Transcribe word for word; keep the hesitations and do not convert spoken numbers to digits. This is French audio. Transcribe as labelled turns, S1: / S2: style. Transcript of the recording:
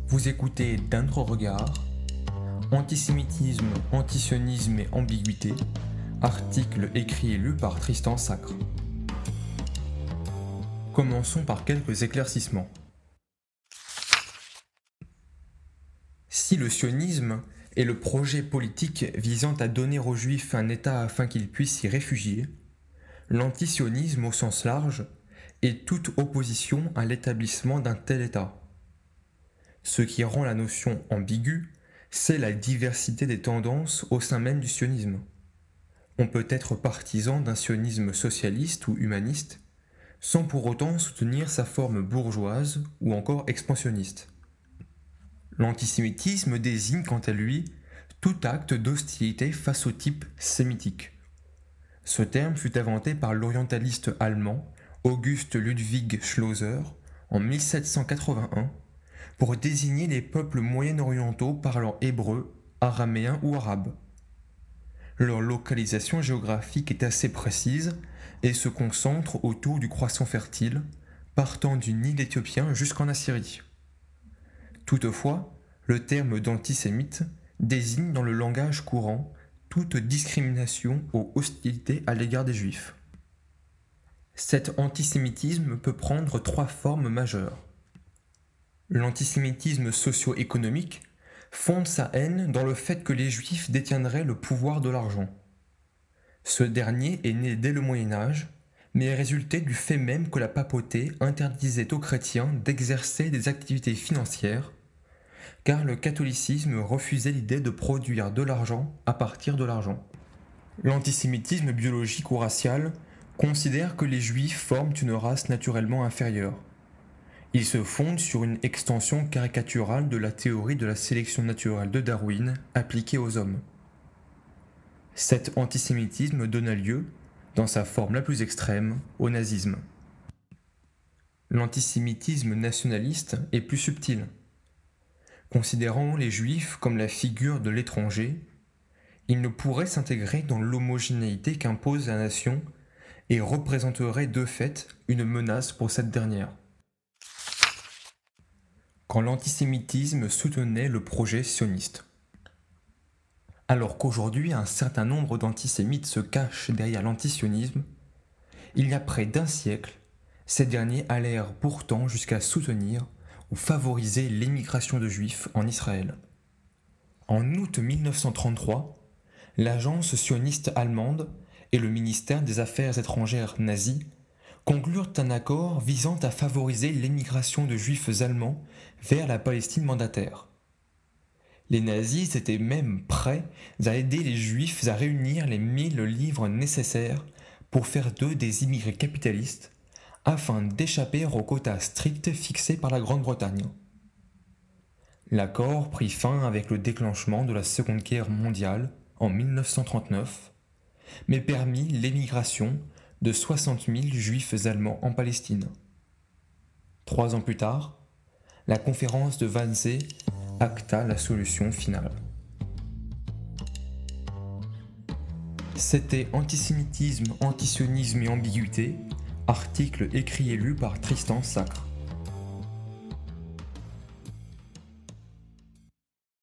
S1: Vous écoutez D'un autre regard, Antisémitisme, antisionisme et ambiguïté, article écrit et lu par Tristan Sacre. Commençons par quelques éclaircissements. Si le sionisme est le projet politique visant à donner aux Juifs un État afin qu'ils puissent s'y réfugier, l'antisionisme au sens large est toute opposition à l'établissement d'un tel État. Ce qui rend la notion ambiguë, c'est la diversité des tendances au sein même du sionisme. On peut être partisan d'un sionisme socialiste ou humaniste, sans pour autant soutenir sa forme bourgeoise ou encore expansionniste. L'antisémitisme désigne quant à lui tout acte d'hostilité face au type sémitique. Ce terme fut inventé par l'orientaliste allemand August Ludwig Schlosser en mille sept cent quatre-vingt-un pour désigner les peuples moyen-orientaux parlant hébreu, araméen ou arabe. Leur localisation géographique est assez précise et se concentre autour du croissant fertile, partant du Nil éthiopien jusqu'en Assyrie. Toutefois, le terme d'antisémite désigne dans le langage courant toute discrimination ou hostilité à l'égard des Juifs. Cet antisémitisme peut prendre trois formes majeures. L'antisémitisme socio-économique fonde sa haine dans le fait que les Juifs détiendraient le pouvoir de l'argent. Ce dernier est né dès le Moyen Âge, mais est résulté du fait même que la papauté interdisait aux chrétiens d'exercer des activités financières, car le catholicisme refusait l'idée de produire de l'argent à partir de l'argent. L'antisémitisme biologique ou racial considère que les Juifs forment une race naturellement inférieure. Il se fonde sur une extension caricaturale de la théorie de la sélection naturelle de Darwin appliquée aux hommes. Cet antisémitisme donna lieu, dans sa forme la plus extrême, au nazisme. L'antisémitisme nationaliste est plus subtil. Considérant les Juifs comme la figure de l'étranger, ils ne pourraient s'intégrer dans l'homogénéité qu'impose la nation et représenteraient de fait une menace pour cette dernière. Quand l'antisémitisme soutenait le projet sioniste. Alors qu'aujourd'hui un certain nombre d'antisémites se cachent derrière l'antisionisme, il y a près d'un siècle, ces derniers allèrent pourtant jusqu'à soutenir ou favoriser l'émigration de Juifs en Israël. En août mille neuf cent trente-trois, l'agence sioniste allemande et le ministère des Affaires étrangères nazi conclurent un accord visant à favoriser l'émigration de Juifs allemands vers la Palestine mandataire. Les nazis étaient même prêts à aider les Juifs à réunir les mille livres nécessaires pour faire d'eux des immigrés capitalistes, afin d'échapper aux quotas stricts fixés par la Grande-Bretagne. L'accord prit fin avec le déclenchement de la Seconde Guerre mondiale en mille neuf cent trente-neuf, mais permit l'émigration de soixante mille Juifs allemands en Palestine. Trois ans plus tard, la conférence de Wannsee acta la solution finale. C'était Antisémitisme, antisionisme et ambiguïté, article écrit et lu par Tristan Sacre.